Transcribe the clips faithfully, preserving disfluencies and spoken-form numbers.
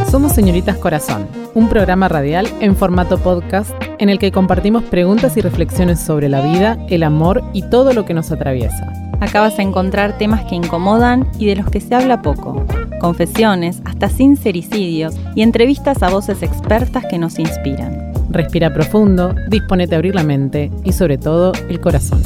Somos Señoritas Corazón, un programa radial en formato podcast en el que compartimos preguntas y reflexiones sobre la vida, el amor y todo lo que nos atraviesa. Acá vas a encontrar temas que incomodan y de los que se habla poco, confesiones, hasta sincericidios y entrevistas a voces expertas que nos inspiran. Respira profundo, disponete a abrir la mente y sobre todo el corazón.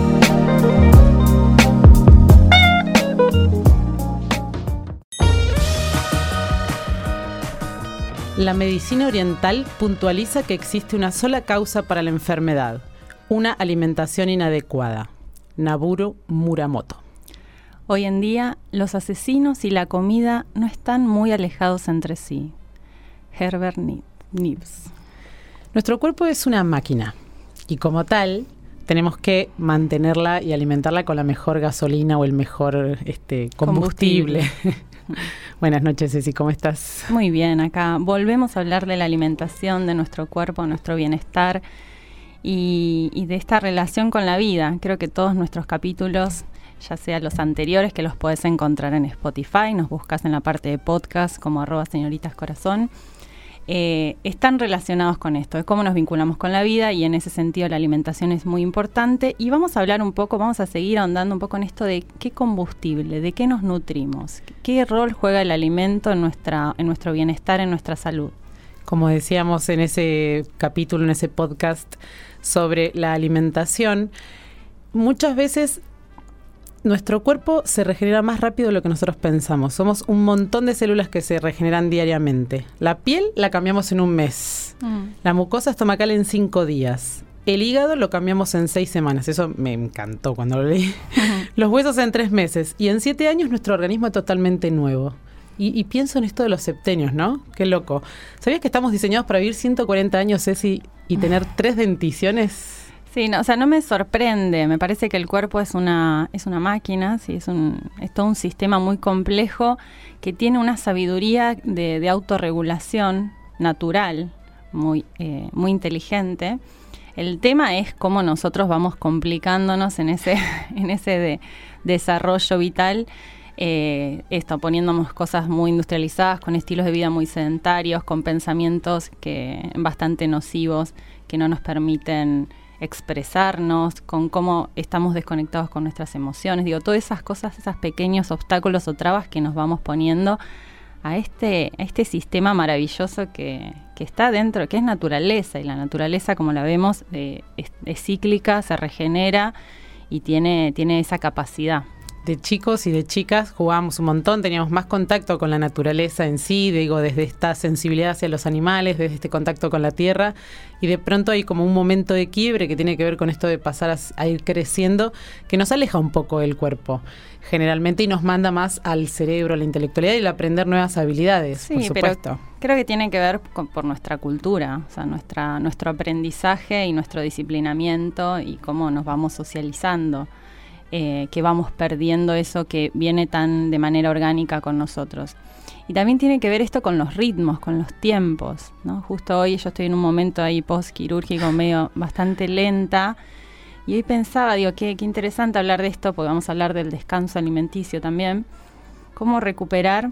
La medicina oriental puntualiza que existe una sola causa para la enfermedad, una alimentación inadecuada. Nobuo Muramoto. Hoy en día, los asesinos y la comida no están muy alejados entre sí. Herbert Nibs. Nuestro cuerpo es una máquina y como tal tenemos que mantenerla y alimentarla con la mejor gasolina o el mejor este, combustible. combustible. Buenas noches, Ceci, ¿cómo estás? Muy bien, acá volvemos a hablar de la alimentación, de nuestro cuerpo, nuestro bienestar y, y de esta relación con la vida. Creo que todos nuestros capítulos, ya sea los anteriores, que los puedes encontrar en Spotify, nos buscas en la parte de podcast como arroba señoritas corazón, eh, están relacionados con esto, de cómo nos vinculamos con la vida, y en ese sentido la alimentación es muy importante. Y vamos a hablar un poco, vamos a seguir ahondando un poco en esto de qué combustible, de qué nos nutrimos, qué rol juega el alimento en nuestra, en nuestro bienestar, en nuestra salud. Como decíamos en ese capítulo, en ese podcast sobre la alimentación, muchas veces nuestro cuerpo se regenera más rápido de lo que nosotros pensamos. Somos un montón de células que se regeneran diariamente. La piel la cambiamos en un mes. Mm. La mucosa estomacal en cinco días. El hígado lo cambiamos en seis semanas. Eso me encantó cuando lo leí. Uh-huh. Los huesos en tres meses. Y en siete años nuestro organismo es totalmente nuevo. Y, y pienso en esto de los septenios, ¿no? Qué loco. ¿Sabías que estamos diseñados para vivir ciento cuarenta años, Ceci, y tener tres denticiones? Sí, no, o sea, no me sorprende. Me parece que el cuerpo es una es una máquina, sí, es un es todo un sistema muy complejo que tiene una sabiduría de, de autorregulación natural, muy eh, muy inteligente. El tema es cómo nosotros vamos complicándonos en ese en ese de, desarrollo vital. Eh, esto, poniéndonos cosas muy industrializadas, con estilos de vida muy sedentarios, con pensamientos que bastante nocivos, que no nos permiten expresarnos, con cómo estamos desconectados con nuestras emociones. Digo, todas esas cosas, esos pequeños obstáculos o trabas que nos vamos poniendo a este, a este sistema maravilloso que, que está dentro, que es naturaleza, y la naturaleza, como la vemos, eh, es, es cíclica, se regenera y tiene, tiene esa capacidad. De chicos y de chicas jugábamos un montón, teníamos más contacto con la naturaleza en sí, digo, desde esta sensibilidad hacia los animales, desde este contacto con la tierra, y de pronto hay como un momento de quiebre que tiene que ver con esto de pasar a, a ir creciendo, que nos aleja un poco del cuerpo, generalmente, y nos manda más al cerebro, a la intelectualidad y el aprender nuevas habilidades, sí, por supuesto. Pero creo que tiene que ver con, por nuestra cultura, o sea, nuestra, nuestro aprendizaje y nuestro disciplinamiento y cómo nos vamos socializando. Eh, que vamos perdiendo eso que viene tan de manera orgánica con nosotros. Y también tiene que ver esto con los ritmos, con los tiempos, ¿no? Justo hoy yo estoy en un momento ahí post-quirúrgico medio bastante lenta, y hoy pensaba, digo, qué, qué interesante hablar de esto, porque vamos a hablar del descanso alimenticio también, cómo recuperar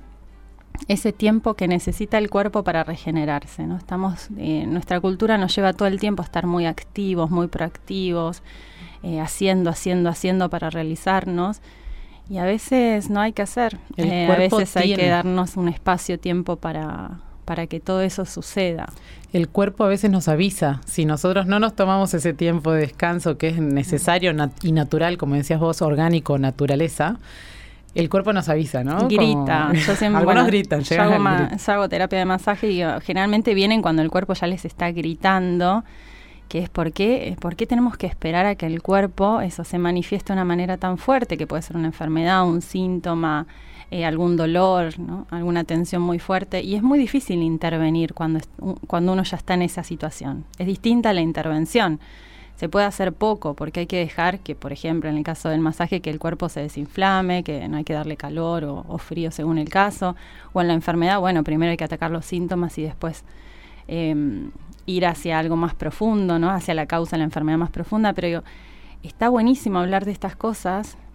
ese tiempo que necesita el cuerpo para regenerarse, ¿no? Estamos, eh, nuestra cultura nos lleva todo el tiempo a estar muy activos, muy proactivos, Eh, haciendo, haciendo, haciendo para realizarnos, y a veces no hay que hacer, eh, a veces hay que darnos un espacio, tiempo para, para que todo eso suceda. El cuerpo a veces nos avisa, si nosotros no nos tomamos ese tiempo de descanso que es necesario nat- y natural, como decías vos, orgánico, naturaleza, el cuerpo nos avisa, ¿no? Grita. Como... Yo siempre, Algunos bueno, gritan. Yo hago, ma- yo hago terapia de masaje y uh, generalmente vienen cuando el cuerpo ya les está gritando, que es por qué, por qué tenemos que esperar a que el cuerpo eso se manifieste de una manera tan fuerte, que puede ser una enfermedad, un síntoma, eh, algún dolor, ¿no? Alguna tensión muy fuerte, y es muy difícil intervenir cuando, cuando uno ya está en esa situación. Es distinta la intervención. Se puede hacer poco porque hay que dejar que, por ejemplo, en el caso del masaje, que el cuerpo se desinflame, que no hay que darle calor o, o frío según el caso, o en la enfermedad, bueno, primero hay que atacar los síntomas y después eh, ir hacia algo más profundo, ¿no? Hacia la causa de la enfermedad más profunda, pero yo, está buenísimo hablar de estas cosas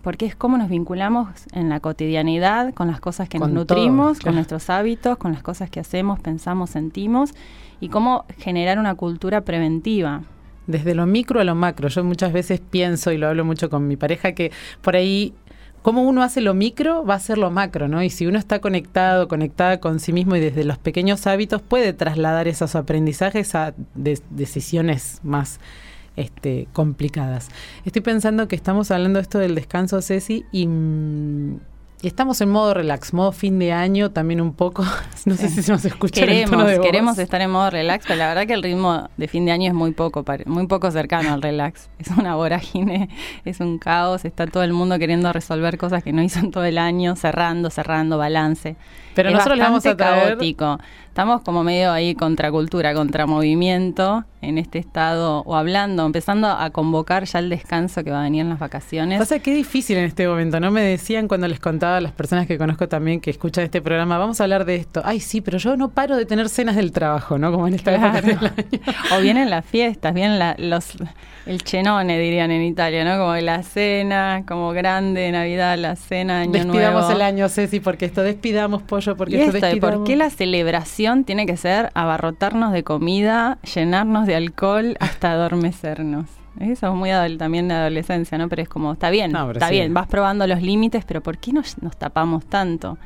porque es cómo nos vinculamos en la cotidianidad con las cosas que con nos nutrimos, todo, claro. con nuestros hábitos, con las cosas que hacemos, pensamos, sentimos, y cómo generar una cultura preventiva. Desde lo micro a lo macro. Yo muchas veces pienso, y lo hablo mucho con mi pareja, que por ahí, cómo uno hace lo micro, va a ser lo macro, ¿no? Y si uno está conectado, conectada con sí mismo y desde los pequeños hábitos, puede trasladar esos aprendizajes a de- decisiones más este, complicadas. Estoy pensando que estamos hablando de esto del descanso, Ceci, y... Mm, Y estamos en modo relax, modo fin de año también un poco. No sé Sí. si nos escuchan Queremos, el tono de voz. queremos estar en modo relax, pero la verdad que el ritmo de fin de año es muy poco, pare- muy poco cercano al relax. Es una vorágine, es un caos, está todo el mundo queriendo resolver cosas que no hizo en todo el año, cerrando, cerrando, balance. Pero es nosotros le vamos a bastante traer... caótico. Estamos como medio ahí contracultura, contramovimiento en este estado, o hablando, empezando a convocar ya el descanso que va a venir en las vacaciones. Pasa que es difícil en este momento, ¿no? Me decían cuando les contaba a las personas que conozco también que escuchan este programa, vamos a hablar de esto. Ay, sí, pero yo no paro de tener cenas del trabajo, ¿no? Como en esta Claro. época del año. O vienen las fiestas, vienen la, los el cenone, dirían en Italia, ¿no? Como la cena, como grande, Navidad, la cena, Año Despidamos Nuevo. el año, Ceci, porque esto despidamos pollo, porque Y esto esto, ¿y despidamos... por qué la celebración tiene que ser abarrotarnos de comida, llenarnos de alcohol hasta adormecernos? Eso es muy adol- también de adolescencia, ¿no? Pero es como, está bien, No, pero está sí. bien, vas probando los límites, pero ¿por qué nos, nos tapamos tanto?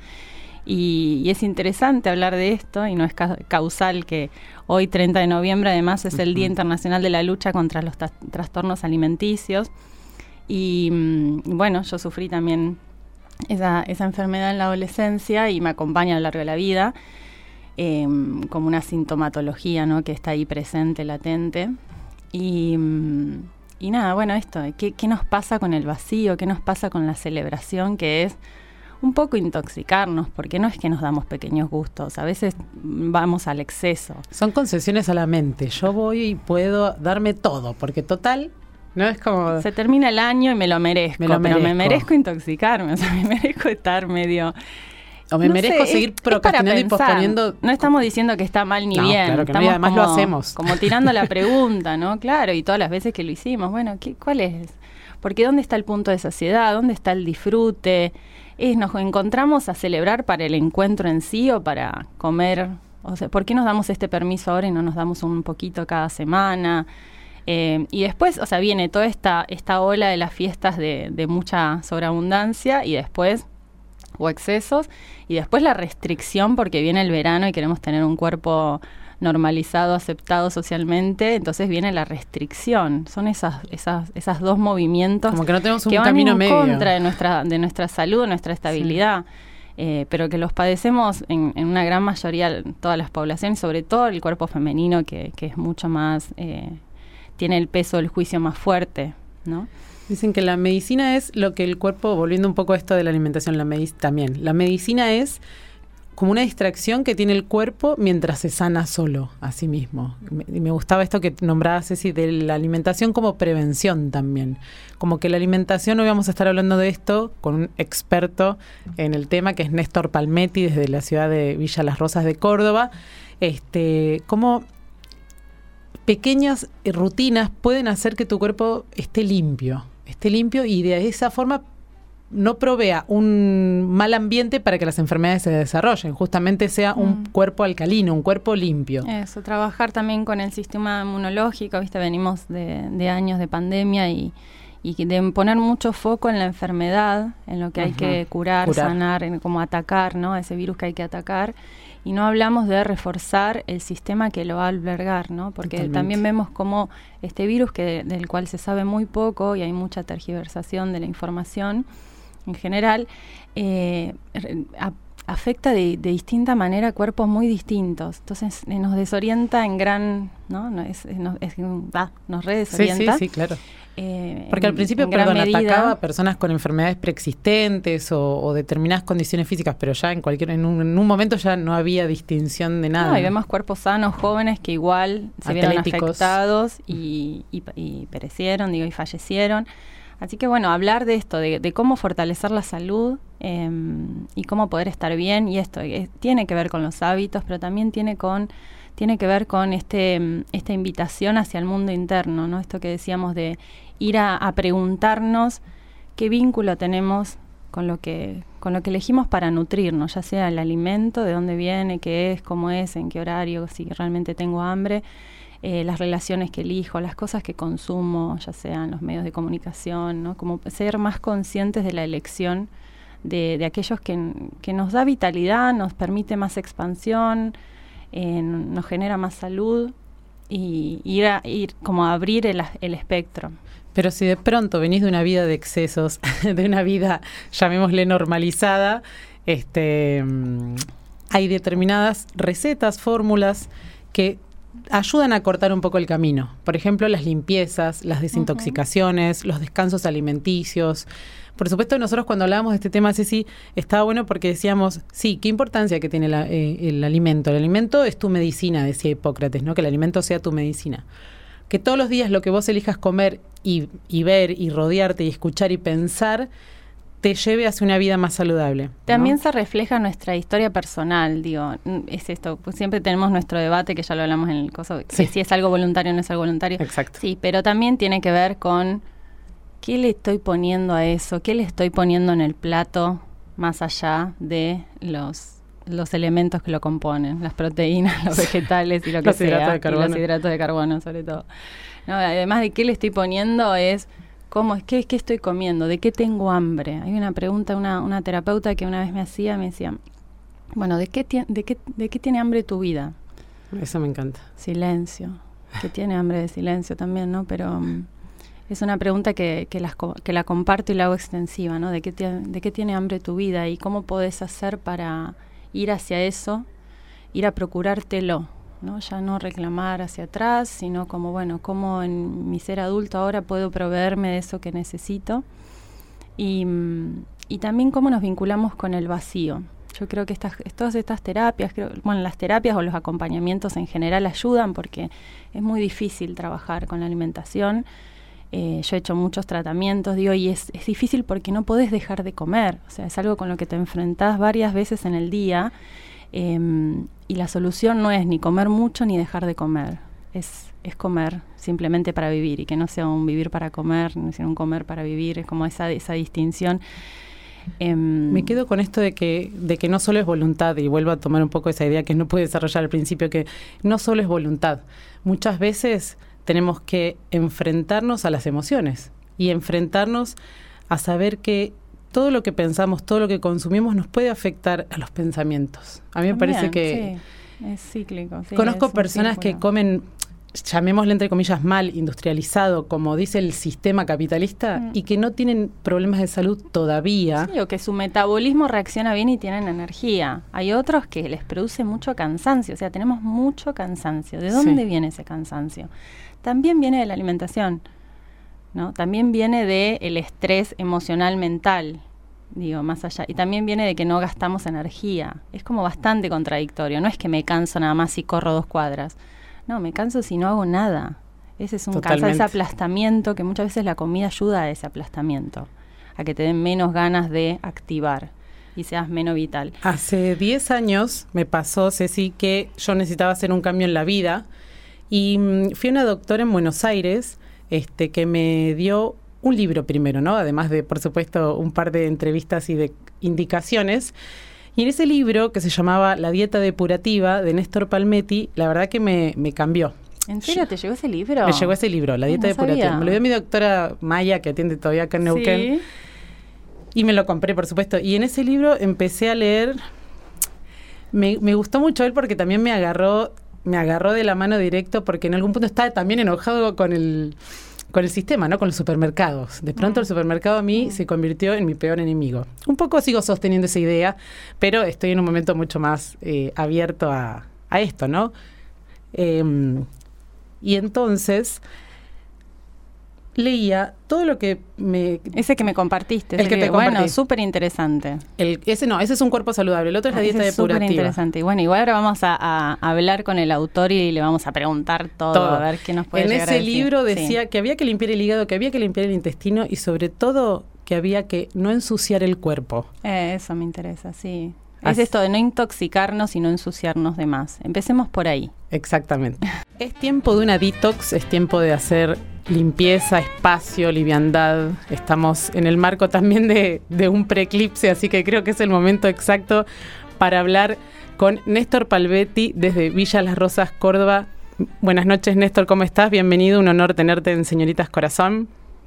Y, y es interesante hablar de esto, y no es ca- causal que hoy, treinta de noviembre, además es el Ujú. Día Internacional de la Lucha contra los ta- Trastornos Alimenticios. Y mm, bueno, yo sufrí también esa, esa enfermedad en la adolescencia y me acompaña a lo largo de la vida, eh, como una sintomatología, ¿no? Que está ahí presente, latente. Y, mm, y nada, bueno, esto, ¿qué, ¿qué nos pasa con el vacío? ¿Qué nos pasa con la celebración? Que es un poco intoxicarnos, porque no es que nos damos pequeños gustos, a veces vamos al exceso. Son concesiones a la mente. Yo voy y puedo darme todo, porque total, no es como... Se termina el año y me lo merezco, Me lo pero me merezco. merezco intoxicarme, o sea, me merezco estar medio... O me no merezco sé, seguir es- es para procrastinando y pensar. posponiendo... No estamos diciendo que está mal ni No, bien. claro que no, y Estamos además como, lo hacemos. como tirando la pregunta, ¿no? Claro, y todas las veces que lo hicimos. Bueno, ¿qué, ¿cuál es? Porque ¿dónde está el punto de saciedad? ¿Dónde está el disfrute? Es, ¿nos encontramos a celebrar para el encuentro en sí o para comer? O sea, ¿por qué nos damos este permiso ahora y no nos damos un poquito cada semana? Eh, y después, o sea, viene toda esta, esta ola de las fiestas de, de mucha sobreabundancia y después, o excesos, y después la restricción porque viene el verano y queremos tener un cuerpo normalizado, aceptado socialmente, entonces viene la restricción. Son esas, esas, esas dos movimientos Como que no tenemos un que van camino en medio. contra de nuestra, de nuestra salud, nuestra estabilidad. Eh, pero que los padecemos en, en una gran mayoría, todas las poblaciones, sobre todo el cuerpo femenino, que, que es mucho más, eh, tiene el peso del juicio más fuerte, ¿no? Dicen que la medicina es lo que el cuerpo, volviendo un poco a esto de la alimentación, la medic- también, la medicina es como una distracción que tiene el cuerpo mientras se sana solo a sí mismo. Me, y me gustaba esto que nombraba Ceci de la alimentación como prevención también. Como que la alimentación, hoy vamos a estar hablando de esto con un experto en el tema, que es Néstor Palmetti, desde la ciudad de Villa Las Rosas de Córdoba. Este, como pequeñas rutinas pueden hacer que tu cuerpo esté limpio, esté limpio y de esa forma no provea un mal ambiente para que las enfermedades se desarrollen, justamente sea un Mm. cuerpo alcalino, un cuerpo limpio. Eso, trabajar también con el sistema inmunológico, viste, venimos de, de años de pandemia y, y de poner mucho foco en la enfermedad, en lo que hay Ujú. que curar, Curar. sanar, en cómo atacar, ¿no? Ese virus que hay que atacar. Y no hablamos de reforzar el sistema que lo va a albergar, ¿no? Porque Totalmente. también vemos como este virus que del cual se sabe muy poco y hay mucha tergiversación de la información en general, eh, a, afecta de, de distinta manera cuerpos muy distintos. Entonces eh, nos desorienta en gran, ¿no? no es, es, no- es- ah, nos re Sí, sí, desorienta. sí, claro. Eh, Porque al en- principio, en gran perdón, medida. atacaba a personas con enfermedades preexistentes o, o determinadas condiciones físicas, pero ya en cualquier en un, en un momento ya no había distinción de nada. No, y vemos cuerpos sanos, jóvenes, que igual se vieron Atléticos. afectados y, y, y perecieron, digo, y fallecieron. Así que bueno, hablar de esto, de, de cómo fortalecer la salud eh, y cómo poder estar bien, y esto eh, tiene que ver con los hábitos, pero también tiene con tiene que ver con este esta invitación hacia el mundo interno, ¿no? Esto que decíamos de ir a, a preguntarnos qué vínculo tenemos con lo que con lo que elegimos para nutrirnos, ya sea el alimento, de dónde viene, qué es, cómo es, en qué horario, si realmente tengo hambre, eh, las relaciones que elijo, las cosas que consumo, ya sean los medios de comunicación, ¿no? Como ser más conscientes de la elección de, de aquellos que, que nos da vitalidad, nos permite más expansión, eh, nos genera más salud y ir a ir como a abrir el, el espectro. Pero si de pronto venís de una vida de excesos, de una vida, llamémosle normalizada, este, hay determinadas recetas, fórmulas que ayudan a cortar un poco el camino. Por ejemplo, las limpiezas, las desintoxicaciones, uh-huh. los descansos alimenticios. Por supuesto, nosotros cuando hablábamos de este tema, Ceci, estaba bueno porque decíamos, sí, qué importancia que tiene la, eh, el alimento. El alimento es tu medicina, decía Hipócrates, ¿no? Que el alimento sea tu medicina. Que todos los días lo que vos elijas comer y, y ver y rodearte y escuchar y pensar te lleve hacia una vida más saludable, ¿no? También se refleja nuestra historia personal, digo, es esto, pues siempre tenemos nuestro debate, que ya lo hablamos en el coso, sí. que si es algo voluntario o no es algo voluntario. Exacto. Sí, pero también tiene que ver con qué le estoy poniendo a eso, qué le estoy poniendo en el plato, más allá de los... los elementos que lo componen, las proteínas, los vegetales y lo que los sea, hidratos de carbono. Y los hidratos de carbono sobre todo. No, además de qué le estoy poniendo es cómo es, qué, qué estoy comiendo, de qué tengo hambre. Hay una pregunta, una, una terapeuta que una vez me hacía, me decía, bueno, ¿de qué, ti- de qué, de qué tiene hambre tu vida? Eso me encanta. Silencio, que tiene hambre de silencio también, ¿no? Pero um, es una pregunta que, que, las, que la comparto y la hago extensiva, ¿no? ¿De qué, t- de qué tiene hambre tu vida y cómo podés hacer para ir hacia eso, ir a procurártelo, ¿no? Ya no reclamar hacia atrás, sino como, bueno, cómo en mi ser adulto ahora puedo proveerme de eso que necesito. Y, y también cómo nos vinculamos con el vacío. Yo creo que estas, todas estas terapias, creo, bueno, las terapias o los acompañamientos en general ayudan porque es muy difícil trabajar con la alimentación. Eh, yo he hecho muchos tratamientos, digo, y es, es difícil porque no podés dejar de comer. O sea, es algo con lo que te enfrentás varias veces en el día. Eh, y la solución no es ni comer mucho ni dejar de comer. Es, es comer simplemente para vivir y que no sea un vivir para comer, sino un comer para vivir. Es como esa, esa distinción. Eh, Me quedo con esto de que, de que no solo es voluntad, y vuelvo a tomar un poco esa idea que no pude desarrollar al principio, que no solo es voluntad. Muchas veces tenemos que enfrentarnos a las emociones y enfrentarnos a saber que todo lo que pensamos, todo lo que consumimos nos puede afectar a los pensamientos. A mí me también, parece que... Sí, es cíclico. Sí, conozco es personas que comen, llamémosle entre comillas mal, industrializado, como dice el sistema capitalista, mm. y que no tienen problemas de salud todavía. Sí, o que su metabolismo reacciona bien y tienen energía. Hay otros que les produce mucho cansancio, o sea, tenemos mucho cansancio. ¿De dónde sí. viene ese cansancio? También viene de la alimentación, ¿no? También viene del estrés emocional mental, digo, más allá. Y también viene de que no gastamos energía. Es como bastante contradictorio. No es que me canso nada más si corro dos cuadras. No, me canso si no hago nada. Ese es un cansancio, ese aplastamiento, que muchas veces la comida ayuda a ese aplastamiento, a que te den menos ganas de activar y seas menos vital. Hace diez años me pasó, Ceci, que yo necesitaba hacer un cambio en la vida. Y mmm, fui a una doctora en Buenos Aires este, que me dio un libro primero, ¿no? Además de, por supuesto, un par de entrevistas y de indicaciones. Y en ese libro, que se llamaba La dieta depurativa, de Néstor Palmetti, la verdad que me, me cambió. ¿En serio te llegó ese libro? Me llegó ese libro, La dieta no depurativa. sabía. Me lo dio mi doctora Maya, que atiende todavía acá en Neuquén. Sí. Y me lo compré, por supuesto. Y en ese libro empecé a leer. Me, me gustó mucho él porque también me agarró... me agarró de la mano directo porque en algún punto estaba también enojado con el con el sistema, ¿no? Con los supermercados. De pronto mm. el supermercado a mí mm. se convirtió en mi peor enemigo. Un poco sigo sosteniendo esa idea, pero estoy en un momento mucho más eh, abierto a, a esto, ¿no? Eh, y entonces leía todo lo que me... Ese que me compartiste. El que te Bueno, compartí. súper interesante. El, ese no, ese es un cuerpo saludable. El otro es la dieta ese es depurativa. Súper interesante. Y bueno, igual ahora vamos a, a hablar con el autor y le vamos a preguntar todo, todo. a ver qué nos puede en llegar a ese decir. libro decía sí. que había que limpiar el hígado, que había que limpiar el intestino y sobre todo que había que no ensuciar el cuerpo. Eh, eso me interesa, sí. Así. Es esto de no intoxicarnos y no ensuciarnos de más. Empecemos por ahí. Exactamente. Es tiempo de una detox, es tiempo de hacer limpieza, espacio, liviandad. Estamos en el marco también de, de un preeclipse, así que creo que es el momento exacto para hablar con Néstor Palvetti desde Villa Las Rosas, Córdoba. Buenas noches, Néstor, ¿cómo estás? Bienvenido, un honor tenerte en Señoritas Corazón.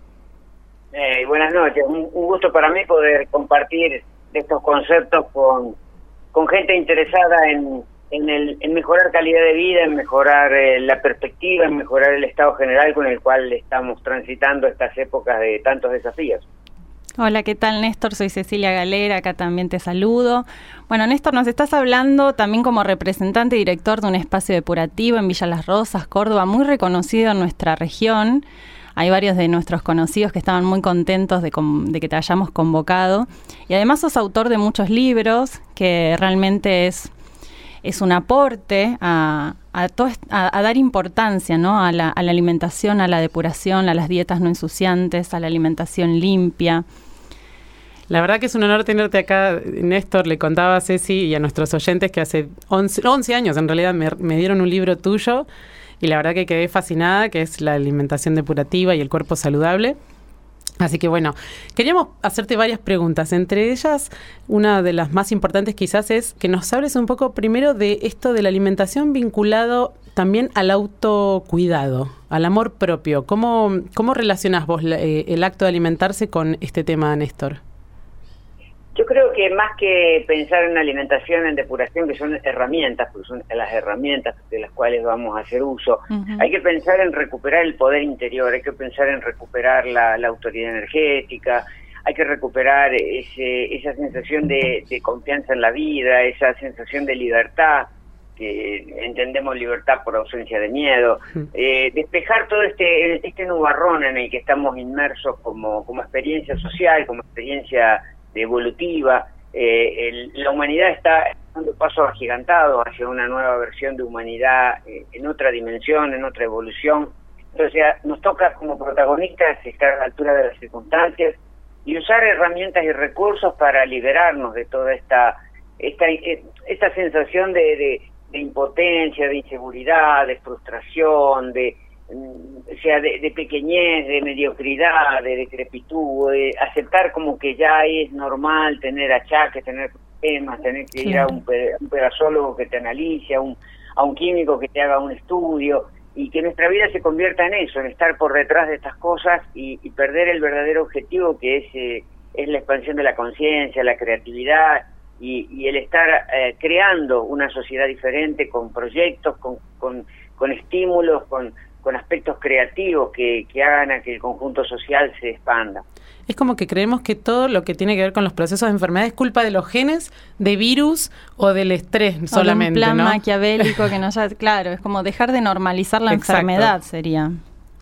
Eh, buenas noches, un, un gusto para mí poder compartir estos conceptos con, con gente interesada en, en, el, en mejorar calidad de vida, en mejorar eh, la perspectiva, en mejorar el estado general con el cual estamos transitando estas épocas de tantos desafíos. Hola, ¿qué tal, Néstor? Soy Cecilia Galera, acá también te saludo. Bueno, Néstor, nos estás hablando también como representante y director de un espacio depurativo en Villa Las Rosas, Córdoba, muy reconocido en nuestra región. Hay varios de nuestros conocidos que estaban muy contentos de, de que te hayamos convocado. Y además sos autor de muchos libros, que realmente es, es un aporte a, a, todo, a, a dar importancia, ¿no? a, la, a la alimentación, a la depuración, a las dietas no ensuciantes, a la alimentación limpia. La verdad que es un honor tenerte acá, Néstor. Le contaba a Ceci y a nuestros oyentes que hace once, once años en realidad me, me dieron un libro tuyo. Y la verdad que quedé fascinada, que es la alimentación depurativa y el cuerpo saludable. Así que bueno, queríamos hacerte varias preguntas. Entre ellas, una de las más importantes quizás es que nos hables un poco primero de esto de la alimentación vinculado también al autocuidado, al amor propio. ¿Cómo, cómo relacionás vos la, eh, el acto de alimentarse con este tema, Néstor? Yo creo que más que pensar en alimentación, en depuración, que son herramientas, porque son las herramientas de las cuales vamos a hacer uso, uh-huh. Hay que pensar en recuperar el poder interior, hay que pensar en recuperar la, la autoridad energética, hay que recuperar ese, esa sensación de, de confianza en la vida, esa sensación de libertad, que entendemos libertad por ausencia de miedo, uh-huh. eh, despejar todo este, este nubarrón en el que estamos inmersos como, como experiencia social, como experiencia evolutiva. Eh, el, la humanidad está dando pasos agigantados hacia una nueva versión de humanidad eh, en otra dimensión, en otra evolución. Entonces nos toca como protagonistas estar a la altura de las circunstancias y usar herramientas y recursos para liberarnos de toda esta esta, esta sensación de, de, de impotencia, de inseguridad, de frustración, de o sea, de, de pequeñez, de mediocridad, de decrepitud, de aceptar como que ya es normal tener achaques, tener problemas, tener que ir a un, un pedazólogo que te analice, a un, a un químico que te haga un estudio, y que nuestra vida se convierta en eso, en estar por detrás de estas cosas y, y perder el verdadero objetivo, que es, eh, es la expansión de la conciencia, la creatividad y, y el estar eh, creando una sociedad diferente con proyectos, con, con, con estímulos, con con aspectos creativos que, que hagan a que el conjunto social se expanda. Es como que creemos que todo lo que tiene que ver con los procesos de enfermedad es culpa de los genes, de virus o del estrés o solamente, de un plan ¿no? maquiavélico que no ya, claro, es como dejar de normalizar la Exacto. enfermedad sería.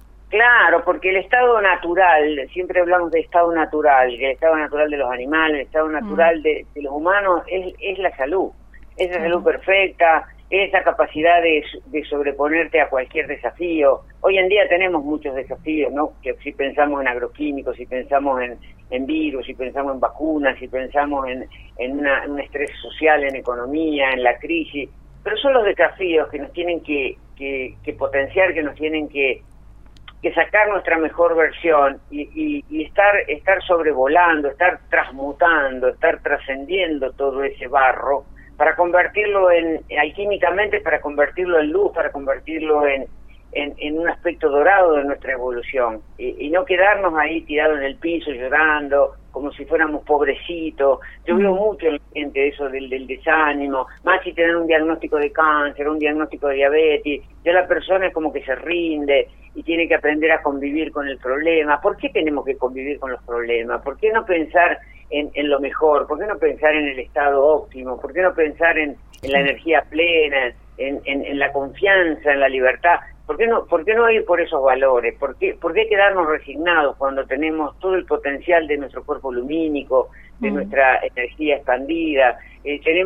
Claro, porque el estado natural, siempre hablamos de estado natural, el estado natural de los animales, el estado natural mm. de, de los humanos es, es la salud, es la mm. salud perfecta, esa capacidad de, de sobreponerte a cualquier desafío. Hoy en día tenemos muchos desafíos, ¿no? Que si pensamos en agroquímicos, si pensamos en, en virus, si pensamos en vacunas, si pensamos en, en, una, en un estrés social, en economía, en la crisis, pero son los desafíos que nos tienen que, que, que potenciar, que nos tienen que, que sacar nuestra mejor versión y, y, y estar, estar sobrevolando, estar transmutando, estar trascendiendo todo ese barro, para convertirlo en, alquímicamente, para convertirlo en luz, para convertirlo en, en, en un aspecto dorado de nuestra evolución, y, y no quedarnos ahí tirados en el piso llorando, como si fuéramos pobrecitos. Yo veo mucho en la gente eso del, del desánimo, más si tienen un diagnóstico de cáncer, un diagnóstico de diabetes, ya la persona es como que se rinde y tiene que aprender a convivir con el problema. ¿Por qué tenemos que convivir con los problemas? ¿Por qué no pensar En, en lo mejor? ¿Por qué no pensar en el estado óptimo? ¿Por qué no pensar en, en la energía plena, en, en, en la confianza, en la libertad? ¿Por qué no, por qué no ir por esos valores? ¿Por qué, por qué quedarnos resignados cuando tenemos todo el potencial de nuestro cuerpo lumínico, de mm. nuestra energía expandida? Eh, tenemos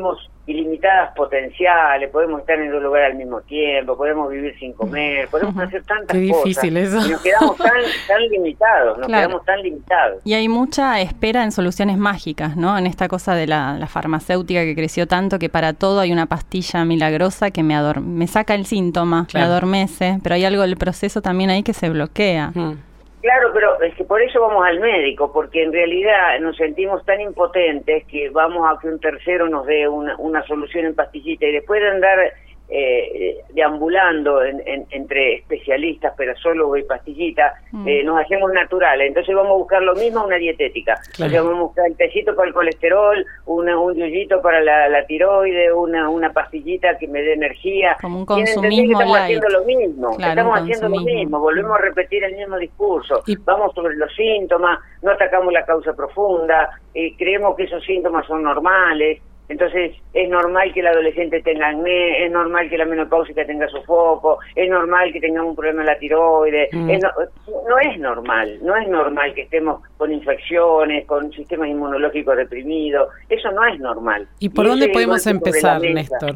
ilimitadas potenciales, podemos estar en dos lugares al mismo tiempo, podemos vivir sin comer, podemos hacer tantas Qué cosas. difícil eso. Y nos quedamos tan, tan limitados, nos Claro. quedamos tan limitados. Y hay mucha espera en soluciones mágicas, ¿no? En esta cosa de la, la farmacéutica que creció tanto, que para todo hay una pastilla milagrosa que me, ador- me saca el síntoma, Claro. me adormece, pero hay algo del proceso también ahí que se bloquea. Mm. Claro, pero es que por eso vamos al médico, porque en realidad nos sentimos tan impotentes que vamos a que un tercero nos dé una, una solución en pastillita, y después de andar eh, deambulando en, en, entre especialistas, perasólogos y pastillita, Mm. eh, nos hacemos naturales. Entonces vamos a buscar lo mismo a una dietética. Claro. O sea, vamos a buscar el tecito para el colesterol, una, un yuyito para la, la tiroide, una, una pastillita que me dé energía. Como un Tienen que entender consumismo que estamos light. haciendo lo mismo, Claro, estamos un haciendo lo consumismo. mismo, volvemos a repetir el mismo discurso. Y- Vamos sobre los síntomas, no atacamos la causa profunda, eh, creemos que esos síntomas son normales. Entonces, es normal que el adolescente tenga acné, es normal que la menopáusica tenga sofoco, es normal que tengamos un problema en la tiroides. Mm. Es no, no es normal, no es normal que estemos con infecciones, con sistemas inmunológicos reprimidos. Eso no es normal. ¿Y por Y dónde ese podemos golpe sobre empezar, la mesa. Néstor?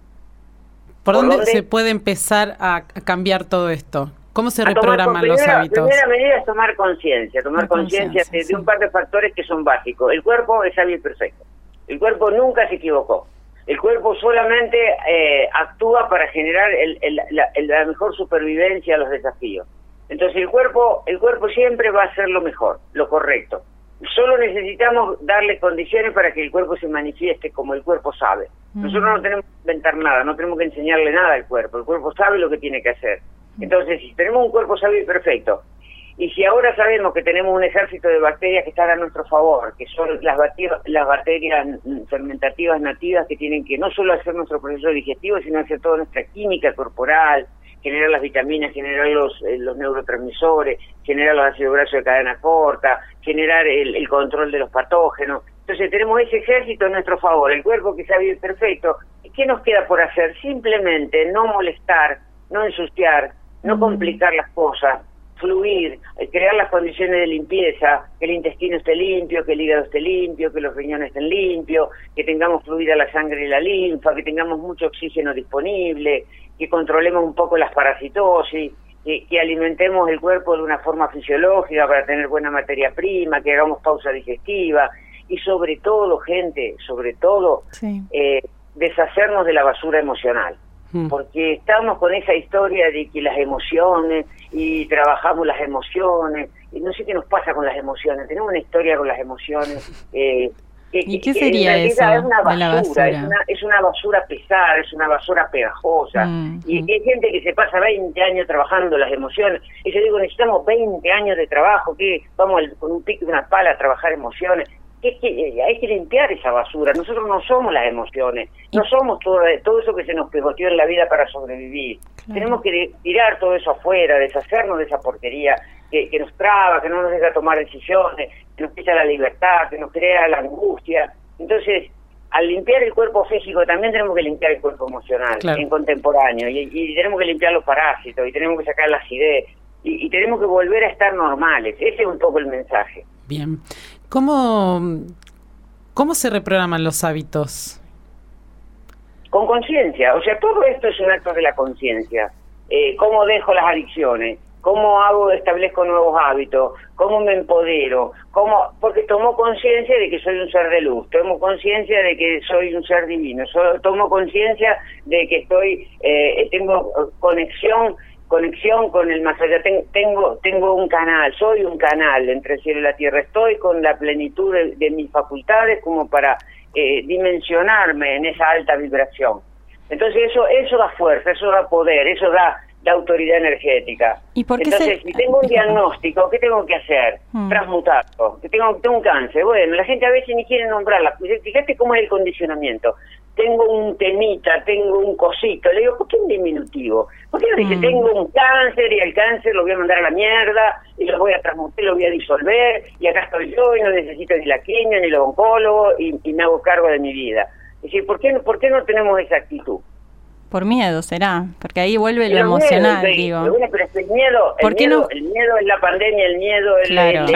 ¿Por, ¿Por dónde, dónde? se puede empezar a, a cambiar todo esto? ¿Cómo se A tomar con- reprograman los primera, hábitos? Primera medida es tomar conciencia, tomar Tomar conciencia conciencia, de, sí. de un par de factores que son básicos. El cuerpo es sabio y perfecto. El cuerpo nunca se equivocó. El cuerpo solamente eh, actúa para generar el, el, la, el- la mejor supervivencia a los desafíos. Entonces el cuerpo, el cuerpo siempre va a hacer lo mejor, lo correcto. Solo necesitamos darle condiciones para que el cuerpo se manifieste como el cuerpo sabe. Nosotros no tenemos que inventar nada, no tenemos que enseñarle nada al cuerpo. El cuerpo sabe lo que tiene que hacer. Entonces, si tenemos un cuerpo sabio y perfecto, y si ahora sabemos que tenemos un ejército de bacterias que están a nuestro favor, que son las bacterias, las bacterias fermentativas nativas que tienen que no solo hacer nuestro proceso digestivo, sino hacer toda nuestra química corporal, generar las vitaminas, generar los, eh, los neurotransmisores, generar los ácidos grasos de cadena corta, generar el, el control de los patógenos. Entonces tenemos ese ejército a nuestro favor, el cuerpo que sabe perfecto. ¿Qué nos queda por hacer? Simplemente no molestar, no ensuciar, no mm. complicar las cosas, fluir, crear las condiciones de limpieza, que el intestino esté limpio, que el hígado esté limpio, que los riñones estén limpios, que tengamos fluida la sangre y la linfa, que tengamos mucho oxígeno disponible, que controlemos un poco las parasitosis, que, que alimentemos el cuerpo de una forma fisiológica para tener buena materia prima, que hagamos pausa digestiva y sobre todo, gente, sobre todo, sí. eh, deshacernos de la basura emocional. Porque estamos con esa historia de que las emociones, y trabajamos las emociones, y no sé qué nos pasa con las emociones, tenemos una historia con las emociones. Eh, que, ¿Y qué que sería eso es una basura, de la basura? Es una, es una basura pesada, es una basura pegajosa, mm, y mm. hay gente que se pasa veinte años trabajando las emociones, y yo digo, necesitamos veinte años de trabajo, que vamos al, con un pico y una pala a trabajar emociones. Que, que hay que limpiar esa basura. Nosotros no somos las emociones, no somos todo, todo eso que se nos pegoteó en la vida para sobrevivir. Claro. Tenemos que de, tirar todo eso afuera, deshacernos de esa porquería que, que nos traba, que no nos deja tomar decisiones, que nos quita la libertad, que nos crea la angustia. Entonces, al limpiar el cuerpo físico también tenemos que limpiar el cuerpo emocional, claro, en contemporáneo, y, y tenemos que limpiar los parásitos, y tenemos que sacar la acidez, y, y tenemos que volver a estar normales. Ese es un poco el mensaje. Bien. ¿Cómo, cómo se reprograman los hábitos? Con conciencia. O sea, todo esto es un acto de la conciencia. Eh, ¿Cómo dejo las adicciones? ¿Cómo hago, establezco nuevos hábitos? ¿Cómo me empodero? ¿Cómo? Porque tomo conciencia de que soy un ser de luz. Tomo conciencia de que soy un ser divino. So, tomo conciencia de que estoy, eh, tengo conexión conexión con el más allá, Ten, tengo tengo un canal, soy un canal entre el cielo y la tierra, estoy con la plenitud de, de mis facultades como para eh, dimensionarme en esa alta vibración. Entonces eso eso da fuerza, eso da poder, eso da, da autoridad energética. ¿Y por qué Entonces, se... si tengo un diagnóstico, ¿qué tengo que hacer? Hmm. Transmutarlo. Tengo, tengo un cáncer, bueno, la gente a veces ni quiere nombrarla. Fíjate cómo es el condicionamiento. Tengo un temita, tengo un cosito. Le digo, ¿por qué un diminutivo? ¿Por qué no dice, mm. tengo un cáncer y el cáncer lo voy a mandar a la mierda y lo voy a transmutar, lo voy a disolver y acá estoy yo y no necesito ni la quimio ni los oncólogos y, y me hago cargo de mi vida? Es decir, ¿por qué, ¿por qué no tenemos esa actitud? Por miedo será, porque ahí vuelve lo emocional, miedo, digo. Bueno, pero es el miedo, el ¿Por qué miedo, no? el miedo es la pandemia, el miedo es claro, el, claro.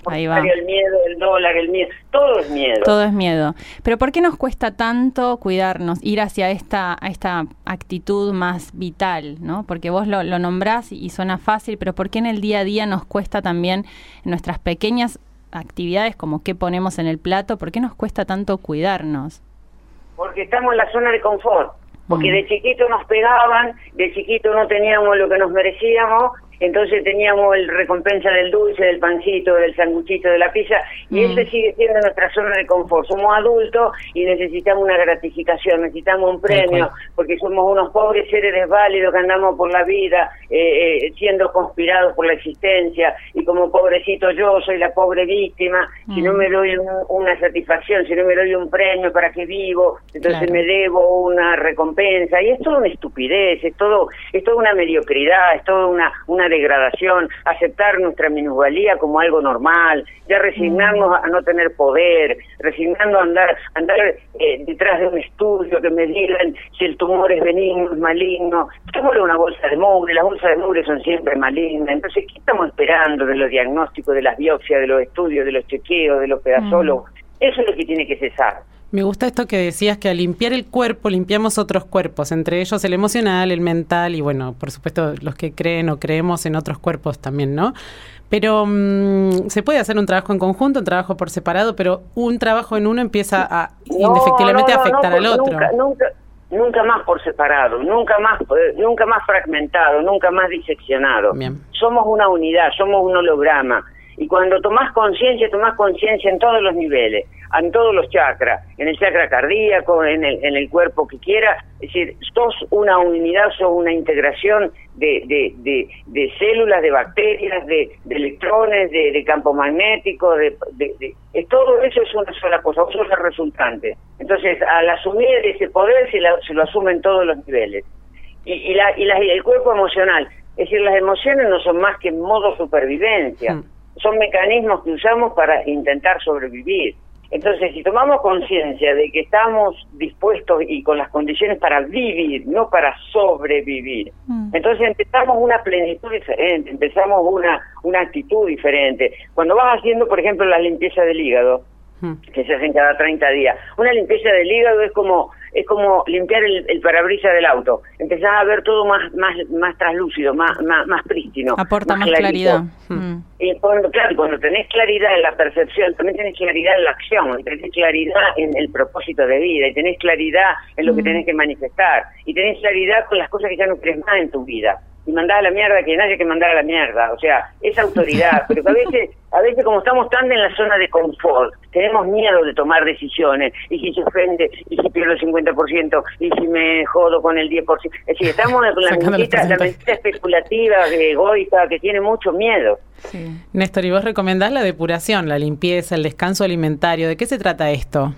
ahí va. El miedo, el dólar, el miedo, todo es miedo. Todo es miedo. Pero ¿por qué nos cuesta tanto cuidarnos, ir hacia esta, a esta actitud más vital, ¿no? Porque vos lo, lo nombrás y suena fácil, pero ¿por qué en el día a día nos cuesta también en nuestras pequeñas actividades, como qué ponemos en el plato, por qué nos cuesta tanto cuidarnos? Porque estamos en la zona de confort. Porque de chiquito nos pegaban, de chiquito no teníamos lo que nos merecíamos, entonces teníamos el recompensa del dulce, del pancito, del sanguchito, de la pizza, y mm. ese sigue siendo nuestra zona de confort. Somos adultos y necesitamos una gratificación, necesitamos un premio, porque somos unos pobres seres desválidos que andamos por la vida eh, eh, siendo conspirados por la existencia, y como pobrecito yo soy la pobre víctima, mm. si no me doy un, una satisfacción, si no me doy un premio para que vivo, entonces claro. me debo una recompensa, y es toda una estupidez, es todo, es toda una mediocridad, es toda una, una degradación, aceptar nuestra minusvalía como algo normal, ya resignarnos mm. a no tener poder, resignarnos a andar, andar eh, detrás de un estudio que me digan si el tumor es benigno, es maligno. El tumor es una bolsa de mugre, las bolsas de mugre son siempre malignas, entonces ¿qué estamos esperando de los diagnósticos, de las biopsias, de los estudios, de los chequeos, de los pedazólogos? Mm. Eso es lo que tiene que cesar. Me gusta esto que decías, que al limpiar el cuerpo, limpiamos otros cuerpos, entre ellos el emocional, el mental y, bueno, por supuesto, los que creen o creemos en otros cuerpos también, ¿no? Pero mmm, se puede hacer un trabajo en conjunto, un trabajo por separado, pero un trabajo en uno empieza a no, indefectiblemente no, no, afectar no, al otro. Nunca, nunca, nunca más por separado, nunca más, nunca más fragmentado, nunca más diseccionado. Bien. Somos una unidad, somos un holograma. Y cuando tomás conciencia, tomás conciencia en todos los niveles, en todos los chakras, en el chakra cardíaco, en el, en el cuerpo que quiera, es decir, sos una unidad, sos una integración de, de, de, de células, de bacterias, de, de electrones, de, de campo magnético, de, de, de, de, todo eso es una sola cosa, vos sos el resultante. Entonces, al asumir ese poder, se, la, se lo asume en todos los niveles. Y, y, la, y, la, y el cuerpo emocional, es decir, las emociones no son más que modo supervivencia. Mm. Son mecanismos que usamos para intentar sobrevivir. Entonces, si tomamos conciencia de que estamos dispuestos y con las condiciones para vivir, no para sobrevivir, mm. entonces empezamos una plenitud diferente, empezamos una, una actitud diferente. Cuando vas haciendo, por ejemplo, la limpieza del hígado, mm. que se hacen cada treinta días, una limpieza del hígado es como es como limpiar el, el parabrisas del auto. Empezás a ver todo más más más translúcido, más más, más prístino. Aporta más, más claridad. Mm. Y cuando, claro, cuando tenés claridad en la percepción, también tenés claridad en la acción, y tenés claridad en el propósito de vida, y tenés claridad en lo mm. que tenés que manifestar, y tenés claridad con las cosas que ya no crees más en tu vida. Y mandar a la mierda que nadie que mandar a la mierda, o sea, esa autoridad, pero que a veces, a veces como estamos tan en la zona de confort, tenemos miedo de tomar decisiones, y si se ofende, y si pierdo el cincuenta por ciento, y si me jodo con el diez por ciento, es decir, estamos con la mentira, la mentira especulativa, egoica, que tiene mucho miedo. Sí. Néstor, ¿y vos recomendás la depuración, la limpieza, el descanso alimentario? ¿De qué se trata esto?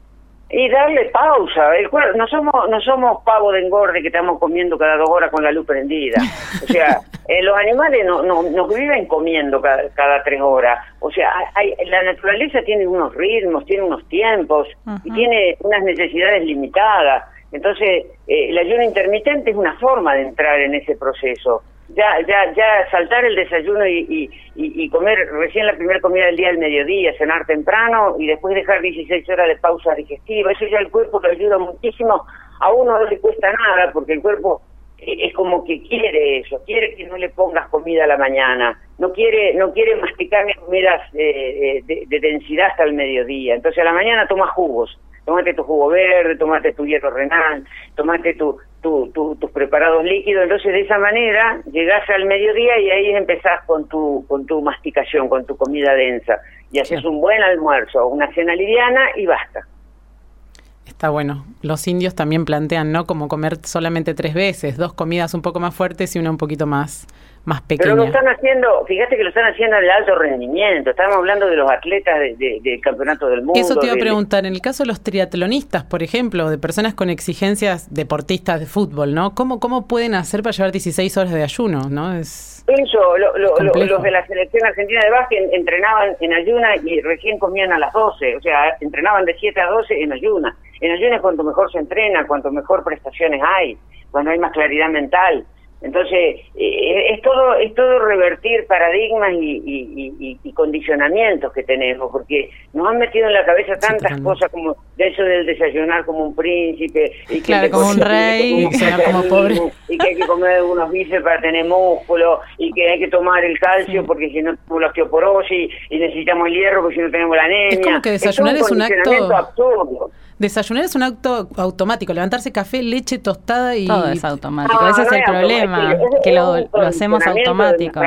Y darle pausa. El cuerpo, no somos no somos pavo de engorde que estamos comiendo cada dos horas con la luz prendida. O sea, eh, los animales no, no, no viven comiendo cada, cada tres horas. O sea, hay, la naturaleza tiene unos ritmos, tiene unos tiempos, uh-huh. y tiene unas necesidades limitadas. Entonces, eh, el ayuno intermitente es una forma de entrar en ese proceso. Ya ya ya saltar el desayuno y, y, y comer recién la primera comida del día al mediodía, cenar temprano y después dejar dieciséis horas de pausa digestiva, eso ya el cuerpo lo ayuda muchísimo. A uno no le cuesta nada porque el cuerpo es como que quiere eso, quiere que no le pongas comida a la mañana, no quiere no quiere masticar comidas eh, de, de densidad hasta el mediodía, entonces a la mañana tomas jugos, tomate tu jugo verde, tomate tu hierro renal, tomate tu Tu, tu, tus preparados líquidos, entonces de esa manera llegás al mediodía y ahí empezás con tu con tu masticación, con tu comida densa, y haces sí. un buen almuerzo, una cena liviana y basta. Está bueno. Los indios también plantean, ¿no? Como comer solamente tres veces, dos comidas un poco más fuertes y una un poquito más, más pequeña. Pero lo están haciendo, fíjate que lo están haciendo en el alto rendimiento, estamos hablando de los atletas de, de, del campeonato del mundo. Eso te iba a de, preguntar, en el caso de los triatlonistas, por ejemplo, de personas con exigencias deportistas de fútbol, ¿no? ¿Cómo, cómo pueden hacer para llevar dieciséis horas de ayuno, no? Es Eso, lo, lo, lo, los de la selección argentina de básquet entrenaban en ayuna y recién comían a las doce, o sea, entrenaban de siete a doce en ayuna. En ayuna es cuanto mejor se entrena, cuanto mejor prestaciones hay, cuando hay más claridad mental. Entonces, eh, es todo es todo revertir paradigmas y, y, y, y condicionamientos que tenemos, porque nos han metido en la cabeza tantas sí, cosas como de eso del desayunar como un príncipe, y que claro, como un rey, y, que como pobre. Y que hay que comer unos bíceps para tener músculo, y que hay que tomar el calcio sí. porque si no tenemos la osteoporosis, y necesitamos el hierro porque si no tenemos la anemia. Es como que desayunar es, un es un acto absurdo. Desayunar es un acto automático, levantarse café, leche, tostada y... Todo es automático, no, ese no es el es problema, es, es, que lo, lo hacemos automático.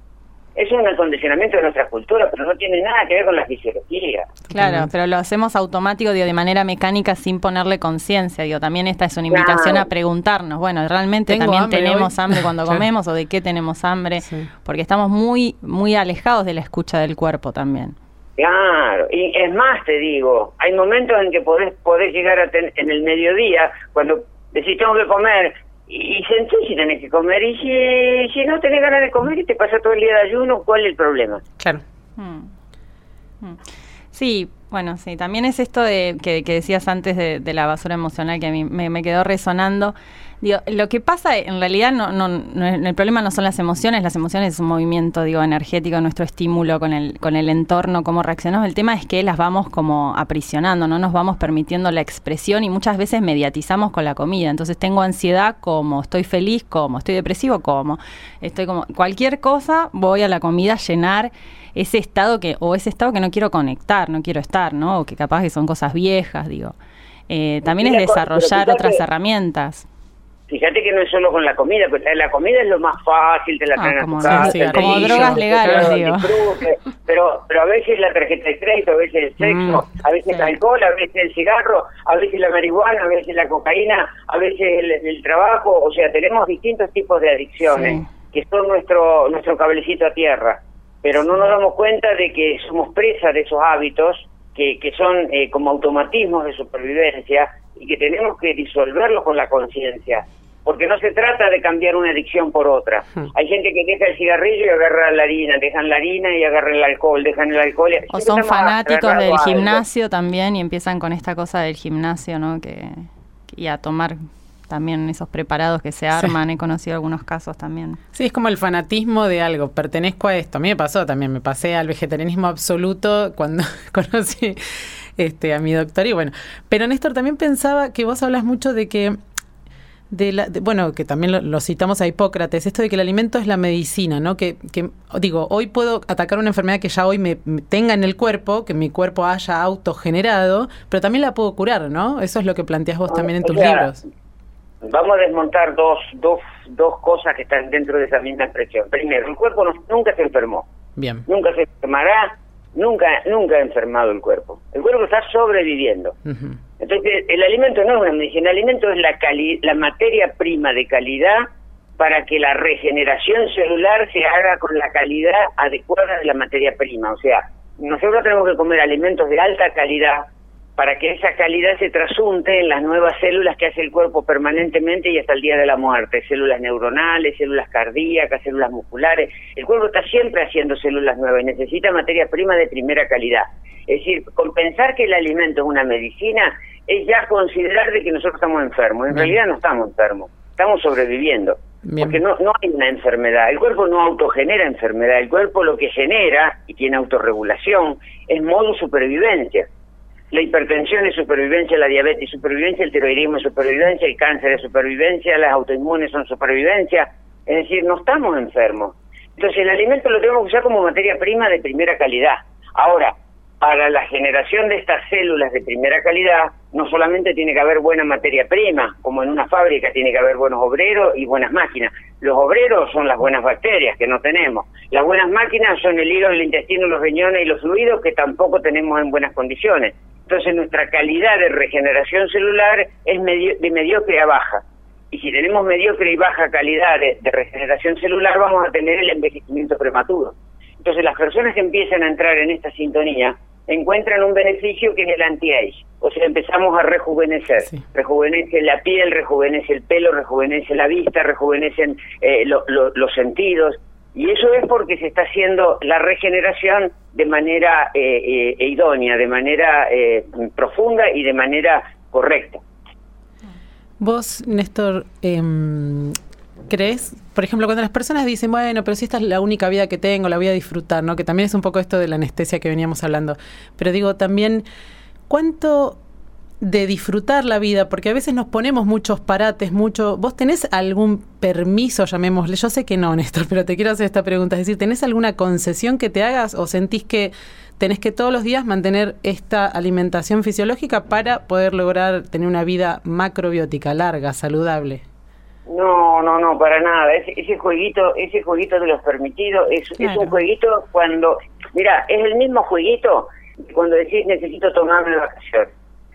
Es un acondicionamiento de nuestra cultura, pero no tiene nada que ver con la fisiología. Claro, pero lo hacemos automático, digo, de manera mecánica sin ponerle conciencia. Digo, también esta es una invitación claro. a preguntarnos, bueno, ¿realmente Tengo también hambre tenemos hoy? hambre cuando comemos o de qué tenemos hambre? Sí. Porque estamos muy, muy alejados de la escucha del cuerpo también. Claro, y es más, te digo, hay momentos en que podés, podés llegar a tener, en el mediodía, cuando decís tengo que comer, y, y sentís si tenés que comer, y si, si no tenés ganas de comer y te pasa todo el día de ayuno, ¿cuál es el problema? Claro. Hmm. Hmm. Sí, bueno, sí, también es esto de que, que decías antes de, de la basura emocional que a mí me, me quedó resonando. Digo, lo que pasa en realidad no, no, no, el problema no son las emociones, las emociones es un movimiento, digo, energético, nuestro estímulo con el, con el entorno, cómo reaccionamos. El tema es que las vamos como aprisionando, no nos vamos permitiendo la expresión y muchas veces mediatizamos con la comida. Entonces tengo ansiedad, como, estoy feliz, como, estoy depresivo, como, estoy como, cualquier cosa, voy a la comida a llenar ese estado que, o ese estado que no quiero conectar, no quiero estar, ¿no? O que capaz que son cosas viejas, digo. Eh, también es desarrollar otras herramientas. Fíjate que no es solo con la comida, pues la comida es lo más fácil, te la traen ah, a tu casa. Sí, como brillo, drogas legales, digo. Pero, pero a veces la tarjeta de crédito, a veces el sexo, mm, a veces sí. el alcohol, a veces el cigarro, a veces la marihuana, a veces la cocaína, a veces el, el trabajo, o sea, tenemos distintos tipos de adicciones, sí. que son nuestro nuestro cablecito a tierra, pero no nos damos cuenta de que somos presas de esos hábitos, que, que son eh, como automatismos de supervivencia, y que tenemos que disolverlos con la conciencia, porque no se trata de cambiar una adicción por otra. Hmm. Hay gente que deja el cigarrillo y agarra la harina, dejan la harina y agarran el alcohol, dejan el alcohol. Y o son fanáticos del gimnasio algo. También y empiezan con esta cosa del gimnasio, ¿no? Que, y a tomar también esos preparados que se arman, sí. He conocido algunos casos también. Sí, es como el fanatismo de algo, pertenezco a esto. A mí me pasó también, me pasé al vegetarianismo absoluto cuando conocí este a mi doctor y bueno. Pero Néstor, también pensaba que vos hablas mucho de que, de la, de, bueno, que también lo, lo citamos a Hipócrates, esto de que el alimento es la medicina, ¿no? Que, que digo, hoy puedo atacar una enfermedad que ya hoy me, me tenga en el cuerpo, que mi cuerpo haya autogenerado, pero también la puedo curar, ¿no? Eso es lo que planteás vos también en tus o sea, libros. Vamos a desmontar dos, dos, dos cosas que están dentro de esa misma expresión. Primero, el cuerpo no, nunca se enfermó. Bien. Nunca se enfermará, nunca nunca ha enfermado el cuerpo. El cuerpo está sobreviviendo. Uh-huh. Entonces, el alimento no es una medicina, el alimento es la, cali- la materia prima de calidad para que la regeneración celular se haga con la calidad adecuada de la materia prima. O sea, nosotros tenemos que comer alimentos de alta calidad para que esa calidad se trasunte en las nuevas células que hace el cuerpo permanentemente y hasta el día de la muerte. Células neuronales, células cardíacas, células musculares. El cuerpo está siempre haciendo células nuevas y necesita materia prima de primera calidad. Es decir, compensar que el alimento es una medicina es ya considerar de que nosotros estamos enfermos. En Bien. realidad no estamos enfermos, estamos sobreviviendo. Bien. Porque no, no hay una enfermedad. El cuerpo no autogenera enfermedad. El cuerpo lo que genera, y tiene autorregulación, es modo supervivencia. La hipertensión es supervivencia, la diabetes es supervivencia, el tiroidismo es supervivencia, el cáncer es supervivencia, las autoinmunes son supervivencia. Es decir, no estamos enfermos. Entonces el alimento lo tenemos que usar como materia prima de primera calidad. Ahora, para la generación de estas células de primera calidad, no solamente tiene que haber buena materia prima, como en una fábrica tiene que haber buenos obreros y buenas máquinas. Los obreros son las buenas bacterias, que no tenemos. Las buenas máquinas son el hígado, el intestino, los riñones y los fluidos, que tampoco tenemos en buenas condiciones. Entonces nuestra calidad de regeneración celular es medio, de mediocre a baja. Y si tenemos mediocre y baja calidad de, de regeneración celular, vamos a tener el envejecimiento prematuro. Entonces las personas que empiezan a entrar en esta sintonía encuentran un beneficio que es el anti-age. O sea, empezamos a rejuvenecer. Sí. Rejuvenece la piel, rejuvenece el pelo, rejuvenece la vista, rejuvenecen eh, lo, lo, los sentidos. Y eso es porque se está haciendo la regeneración de manera eh, eh, idónea, de manera eh, profunda y de manera correcta. Vos, Néstor, eh, ¿crees? Por ejemplo, cuando las personas dicen, bueno, pero si esta es la única vida que tengo, la voy a disfrutar, ¿no? Que también es un poco esto de la anestesia que veníamos hablando. Pero digo, también, ¿cuánto de disfrutar la vida? Porque a veces nos ponemos muchos parates, mucho... ¿Vos tenés algún permiso, llamémosle? Yo sé que no, Néstor, pero te quiero hacer esta pregunta. Es decir, ¿tenés alguna concesión que te hagas o sentís que tenés que todos los días mantener esta alimentación fisiológica para poder lograr tener una vida macrobiótica, larga, saludable? No, no, no, para nada. Ese, ese jueguito, ese jueguito de los permitidos es, claro. es un jueguito cuando... Mira, es el mismo jueguito cuando decís necesito tomarme vacaciones.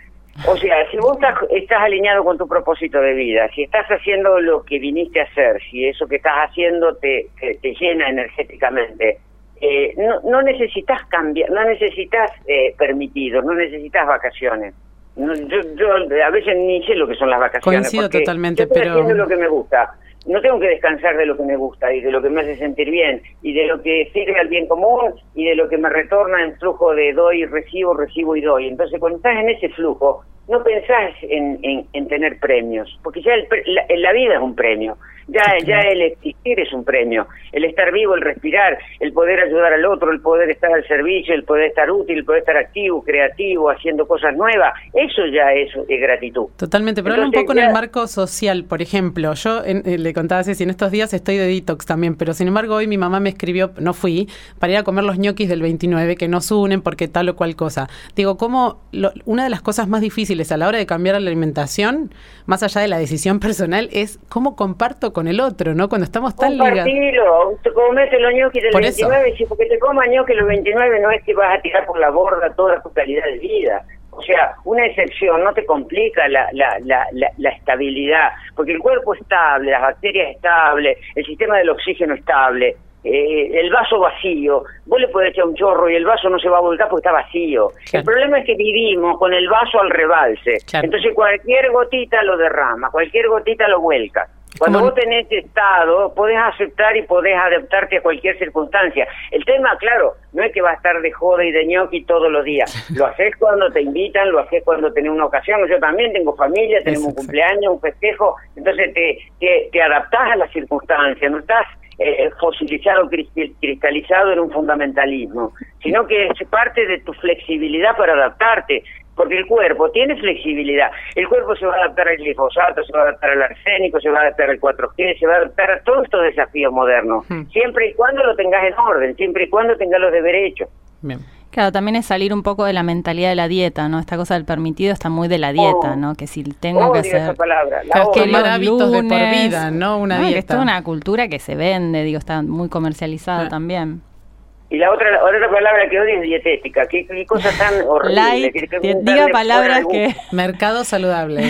O sea, si vos estás, estás alineado con tu propósito de vida, si estás haciendo lo que viniste a hacer, si eso que estás haciendo te, te, te llena energéticamente, eh, no, no necesitas cambiar, no necesitas eh, permitidos, no necesitas vacaciones. No, yo, yo a veces ni sé lo que son las vacaciones. Coincido totalmente, yo estoy pero... haciendo lo que me gusta. No tengo que descansar de lo que me gusta y de lo que me hace sentir bien y de lo que sirve al bien común y de lo que me retorna en flujo de doy y recibo, recibo y doy. Entonces, cuando estás en ese flujo, no pensás en, en, en tener premios, porque ya el, la, la vida es un premio, ya, ya el existir es un premio, el estar vivo, el respirar, el poder ayudar al otro, el poder estar al servicio, el poder estar útil, el poder estar activo, creativo, haciendo cosas nuevas, eso ya es, es gratitud. Totalmente, pero habla un poco ya... en el marco social, por ejemplo, yo en, eh, le contaba a Ceci, en estos días estoy de detox también, pero sin embargo hoy mi mamá me escribió, no fui, para ir a comer los ñoquis del veintinueve, que nos unen porque tal o cual cosa. Digo, como lo, una de las cosas más difíciles a la hora de cambiar la alimentación, más allá de la decisión personal, es cómo comparto con el otro, ¿no? Cuando estamos tan ligados. Compartilo, comete los ñoquis del por veintinueve, eso. Si porque te comas ñoquis los veintinueve no es que vas a tirar por la borda toda tu calidad de vida. O sea, una excepción no te complica la, la, la, la, la estabilidad, porque el cuerpo es estable, las bacterias estables, el sistema del oxígeno estable. Eh, el vaso vacío, vos le podés echar un chorro y el vaso no se va a volcar porque está vacío. Claro. El problema es que vivimos con el vaso al rebalse. Claro. Entonces cualquier gotita lo derrama, cualquier gotita lo vuelca. Cuando ¿Cómo? Vos tenés estado, podés aceptar y podés adaptarte a cualquier circunstancia. El tema, claro, no es que va a estar de joda y de ñoqui todos los días. Lo haces cuando te invitan, lo haces cuando tenés una ocasión. Yo también tengo familia, tenemos un cumpleaños, un festejo. Entonces te, te, te adaptás a las circunstancias, no estás eh, fosilizado, cristalizado en un fundamentalismo, sino que es parte de tu flexibilidad para adaptarte. Porque el cuerpo tiene flexibilidad. El cuerpo se va a adaptar al glifosato, se va a adaptar al arsénico, se va a adaptar al cuatro G, se va a adaptar a todos estos desafíos modernos. Hmm. Siempre y cuando lo tengas en orden, siempre y cuando tengas los deberes hechos. Bien. Claro, también es salir un poco de la mentalidad de la dieta, ¿no? Esta cosa del permitido está muy de la dieta, oh, ¿no? Que si tengo que hacer... esa palabra. La que los hábitos lunes, de por vida, ¿no? Una no, dieta. Es toda una cultura que se vende, digo, está muy comercializada ah. también. Y la otra la otra palabra que odio es dietética. Qué, qué cosa tan horrible. Light, que que diga palabras que... Mercado saludable.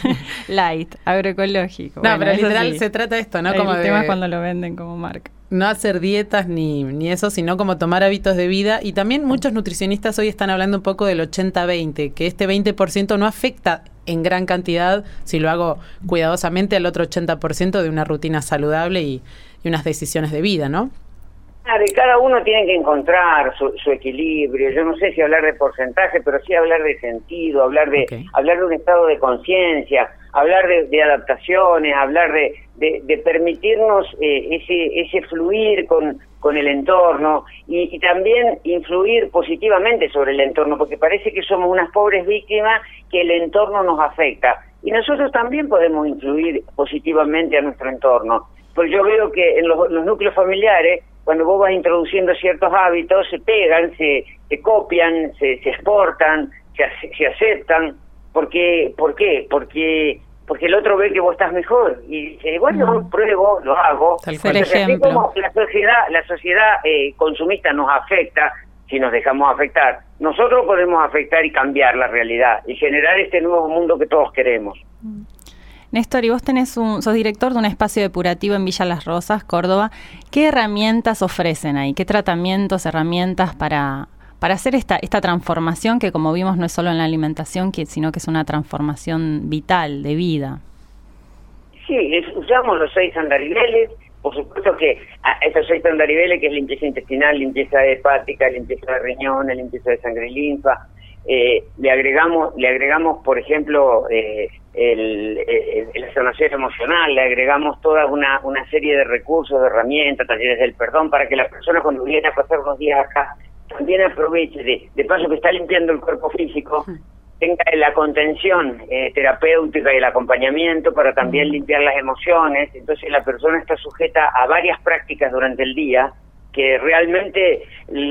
Light, agroecológico. No, bueno, pero literal sí. Se trata de esto, ¿no? El como tema de... es cuando lo venden como marca. No hacer dietas ni, ni eso, sino como tomar hábitos de vida. Y también muchos nutricionistas hoy están hablando un poco del ochenta veinte, que este veinte por ciento no afecta en gran cantidad, si lo hago cuidadosamente, al otro ochenta por ciento de una rutina saludable y, y unas decisiones de vida, ¿no? Y cada uno tiene que encontrar su, su equilibrio. Yo no sé si hablar de porcentaje, pero sí hablar de sentido, hablar de okay. hablar de un estado de conciencia, hablar de, de adaptaciones, hablar de, de, de permitirnos eh, ese ese fluir con, con el entorno y, y también influir positivamente sobre el entorno, porque parece que somos unas pobres víctimas que el entorno nos afecta. Y nosotros también podemos influir positivamente a nuestro entorno. Pues yo veo que en los, los núcleos familiares, cuando vos vas introduciendo ciertos hábitos, se pegan, se, se copian, se, se exportan, se, se aceptan. Porque, ¿Por qué? Porque porque el otro ve que vos estás mejor y dice, bueno, no. pruebo, lo hago. Entonces, así como la sociedad, la sociedad eh, consumista nos afecta, si nos dejamos afectar, nosotros podemos afectar y cambiar la realidad y generar este nuevo mundo que todos queremos. Néstor, y vos tenés un, sos director de un espacio depurativo en Villa Las Rosas, Córdoba. ¿Qué herramientas ofrecen ahí? ¿Qué tratamientos, herramientas para, para hacer esta, esta transformación que, como vimos, no es solo en la alimentación, que, sino que es una transformación vital, de vida? Sí, es, usamos los seis andariveles. Por supuesto que a estos seis andariveles, que es limpieza intestinal, limpieza hepática, limpieza de riñones, limpieza de sangre y linfa, eh, le agregamos, le agregamos, por ejemplo, eh, el, el, el sanación emocional, le agregamos toda una, una serie de recursos, de herramientas, talleres del perdón, para que la persona cuando viene a pasar unos días acá también aproveche, de, de paso que está limpiando el cuerpo físico, tenga la contención eh, terapéutica y el acompañamiento para también limpiar las emociones. Entonces la persona está sujeta a varias prácticas durante el día que realmente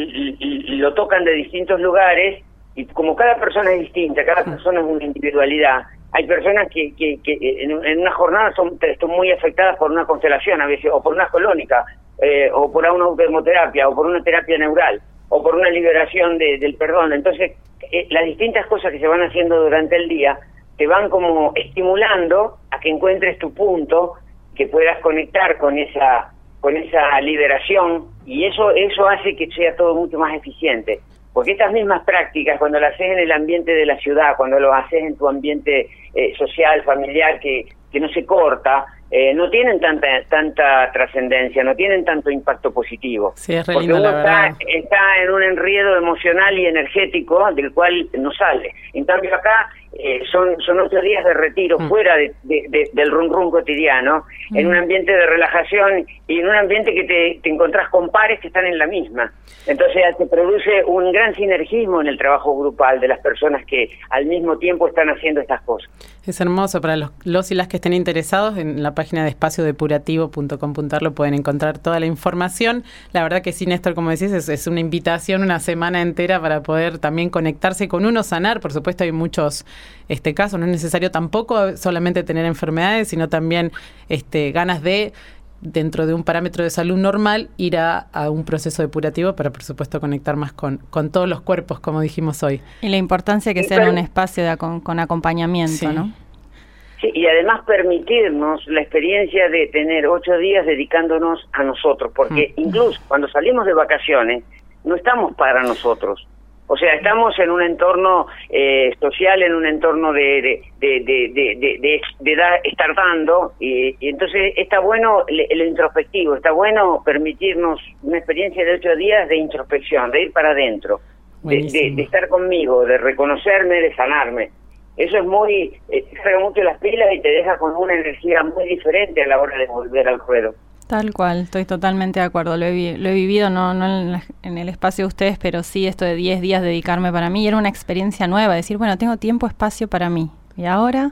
lo tocan de distintos lugares, y como cada persona es distinta, cada persona es una individualidad, hay personas que, que, que en, en una jornada son, son muy afectadas por una constelación a veces, o por una colónica, eh, o por una autoterapia, o por una terapia neural, o por una liberación de, del perdón. Entonces, eh, las distintas cosas que se van haciendo durante el día te van como estimulando a que encuentres tu punto, que puedas conectar con esa con esa liberación, y eso eso hace que sea todo mucho más eficiente. Porque estas mismas prácticas, cuando las haces en el ambiente de la ciudad, cuando lo haces en tu ambiente eh, social, familiar, que, que no se corta, eh, no tienen tanta tanta trascendencia, no tienen tanto impacto positivo. Sí, es re porque lindo, uno la está, verdad. está en un enredo emocional y energético del cual no sale. En cambio acá eh, son son ocho días de retiro, mm. fuera de, de, de, del rum rum cotidiano, mm. en un ambiente de relajación y en un ambiente que te, te encontrás con pares que están en la misma. Entonces se produce un gran sinergismo en el trabajo grupal de las personas que al mismo tiempo están haciendo estas cosas. Es hermoso. Para los, los y las que estén interesados, en la página de espacio depurativo punto com punto a r lo pueden encontrar toda la información. La verdad que sí, Néstor, como decís, es, es una invitación, una semana entera para poder también conectarse con uno, sanar. Por supuesto, hay muchos este casos, no es necesario tampoco solamente tener enfermedades, sino también este ganas de, dentro de un parámetro de salud normal, ir a, a un proceso depurativo para, por supuesto, conectar más con, con todos los cuerpos, como dijimos hoy. Y la importancia que sea en un espacio de, con, con acompañamiento, sí. ¿no? Sí, y además permitirnos la experiencia de tener ocho días dedicándonos a nosotros, porque mm. incluso cuando salimos de vacaciones, no estamos para nosotros. O sea, estamos en un entorno eh, social, en un entorno de de de de de, de, de, de dar, estar dando, y, y entonces está bueno lo introspectivo, está bueno permitirnos una experiencia de ocho días de introspección, de ir para adentro, de, de, de estar conmigo, de reconocerme, de sanarme. Eso es muy, eh, te carga mucho las pilas y te deja con una energía muy diferente a la hora de volver al ruedo. Tal cual, estoy totalmente de acuerdo. Lo he, lo he vivido, no, no en, la, en el espacio de ustedes, pero sí esto de diez días dedicarme para mí. Era una experiencia nueva, decir, bueno, tengo tiempo, espacio para mí. ¿Y ahora?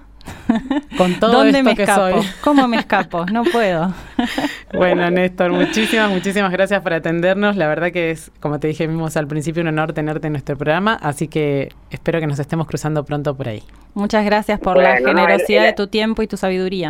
Con todo ¿Dónde esto me que escapo? soy. ¿Cómo me escapo? No puedo. Bueno, Néstor, muchísimas, muchísimas gracias por atendernos. La verdad que es, como te dije mismo al principio, un honor tenerte en nuestro programa, así que espero que nos estemos cruzando pronto por ahí. Muchas gracias por bueno, la generosidad no, el, el, de tu tiempo y tu sabiduría.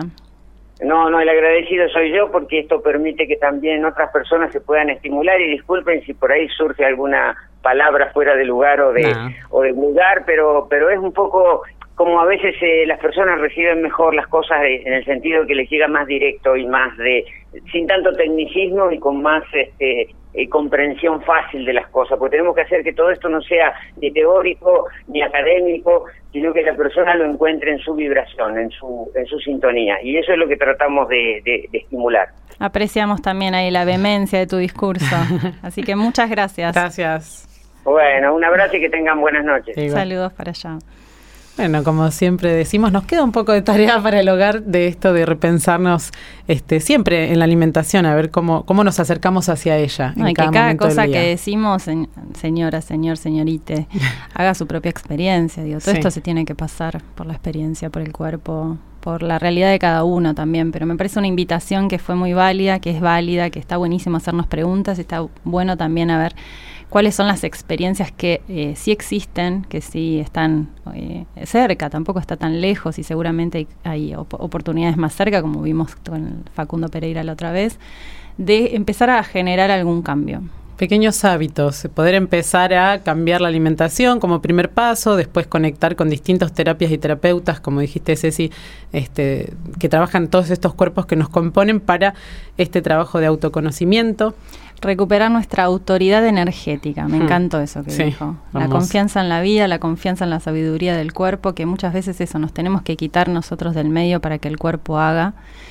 No, no, el agradecido soy yo, porque esto permite que también otras personas se puedan estimular, y disculpen si por ahí surge alguna palabra fuera de lugar o de no. o de vulgar, pero pero es un poco como a veces eh, las personas reciben mejor las cosas de, en el sentido de que les llega más directo y más de, sin tanto tecnicismo y con más este eh, comprensión fácil de las cosas, porque tenemos que hacer que todo esto no sea ni teórico ni académico, sino que la persona lo encuentre en su vibración, en su en su sintonía, y eso es lo que tratamos de, de, de estimular. Apreciamos también ahí la vehemencia de tu discurso, así que muchas gracias. Gracias. Bueno, un abrazo y que tengan buenas noches. Sí, saludos para allá. Bueno, como siempre decimos, nos queda un poco de tarea para el hogar de esto de repensarnos este, siempre en la alimentación, a ver cómo cómo nos acercamos hacia ella. No, en y cada que cada momento cosa del día. que decimos, se, señora, señor, señorite, haga su propia experiencia. Digo, todo Sí. esto se tiene que pasar por la experiencia, por el cuerpo, por la realidad de cada uno también. Pero me parece una invitación que fue muy válida, que es válida, que está buenísimo hacernos preguntas, está bueno también a ver cuáles son las experiencias que eh, sí existen, que sí están eh, cerca, tampoco está tan lejos, y seguramente hay, hay op- oportunidades más cerca, como vimos con Facundo Pereira la otra vez, de empezar a generar algún cambio. Pequeños hábitos, poder empezar a cambiar la alimentación como primer paso, después conectar con distintas terapias y terapeutas, como dijiste, Ceci, este, que trabajan todos estos cuerpos que nos componen para este trabajo de autoconocimiento. Recuperar nuestra autoridad energética, me Hmm. encantó eso que Sí, dijo. La hermoso. confianza en la vida, la confianza en la sabiduría del cuerpo, que muchas veces eso, nos tenemos que quitar nosotros del medio para que el cuerpo haga.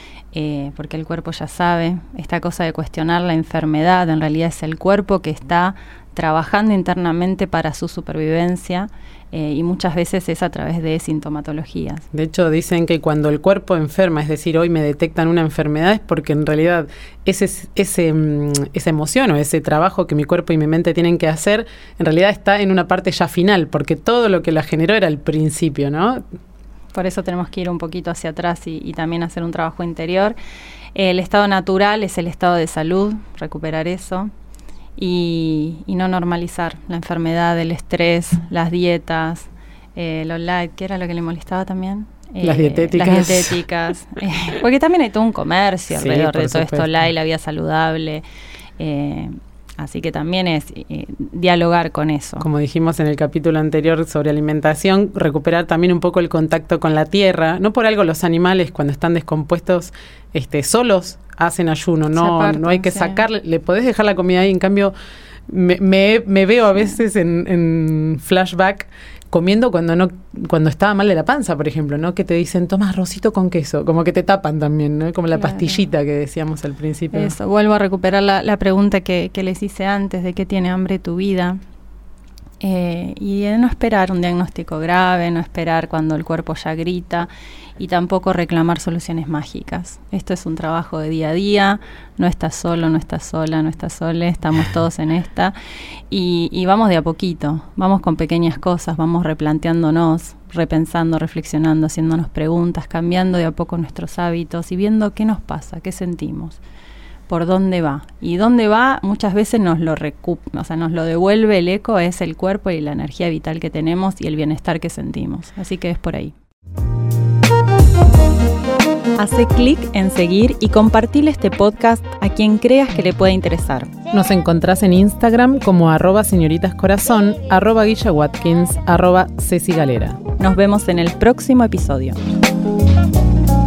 Eh, porque el cuerpo ya sabe, esta cosa de cuestionar la enfermedad, en realidad es el cuerpo que está trabajando internamente para su supervivencia, eh, y muchas veces es a través de sintomatologías. De hecho, dicen que cuando el cuerpo enferma, es decir, hoy me detectan una enfermedad, es porque en realidad ese, ese, esa emoción o ese trabajo que mi cuerpo y mi mente tienen que hacer, en realidad está en una parte ya final, porque todo lo que la generó era el principio, ¿no? Por eso tenemos que ir un poquito hacia atrás y, y también hacer un trabajo interior. El estado natural es el estado de salud, recuperar eso. Y, y no normalizar la enfermedad, el estrés, las dietas, eh, lo light, ¿qué era lo que le molestaba también? Eh, las dietéticas. Las dietéticas. eh, porque también hay todo un comercio sí, alrededor de todo supuesto. esto light, la vida saludable. Eh, así que también es eh, dialogar con eso. Como dijimos en el capítulo anterior sobre alimentación, recuperar también un poco el contacto con la tierra. No por algo los animales cuando están descompuestos este, solos hacen ayuno, no, apartan, no hay que sí. sacarle, le podés dejar la comida ahí, en cambio me, me, me veo a veces en, en flashback comiendo cuando no cuando estaba mal de la panza, por ejemplo, ¿no? Que te dicen, toma arrocito con queso, como que te tapan también, ¿no? Como la Claro. pastillita que decíamos al principio. Eso, vuelvo a recuperar la, la pregunta que, que les hice antes, de qué tiene hambre tu vida. Eh, y de no esperar un diagnóstico grave, no esperar cuando el cuerpo ya grita y tampoco reclamar soluciones mágicas. Esto es un trabajo de día a día, no estás solo, no estás sola, no estás sola, estamos todos en esta y, y vamos de a poquito, vamos con pequeñas cosas, vamos replanteándonos, repensando, reflexionando, haciéndonos preguntas, cambiando de a poco nuestros hábitos y viendo qué nos pasa, qué sentimos. Por dónde va. Y dónde va muchas veces nos lo recu- o sea, nos lo devuelve el eco, es el cuerpo y la energía vital que tenemos y el bienestar que sentimos. Así que es por ahí. Hace clic en seguir y compartir este podcast a quien creas que le pueda interesar. Nos encontrás en Instagram como arroba señoritascorazón, arroba Guilla Watkins, arroba Ceci Galera. Nos vemos en el próximo episodio.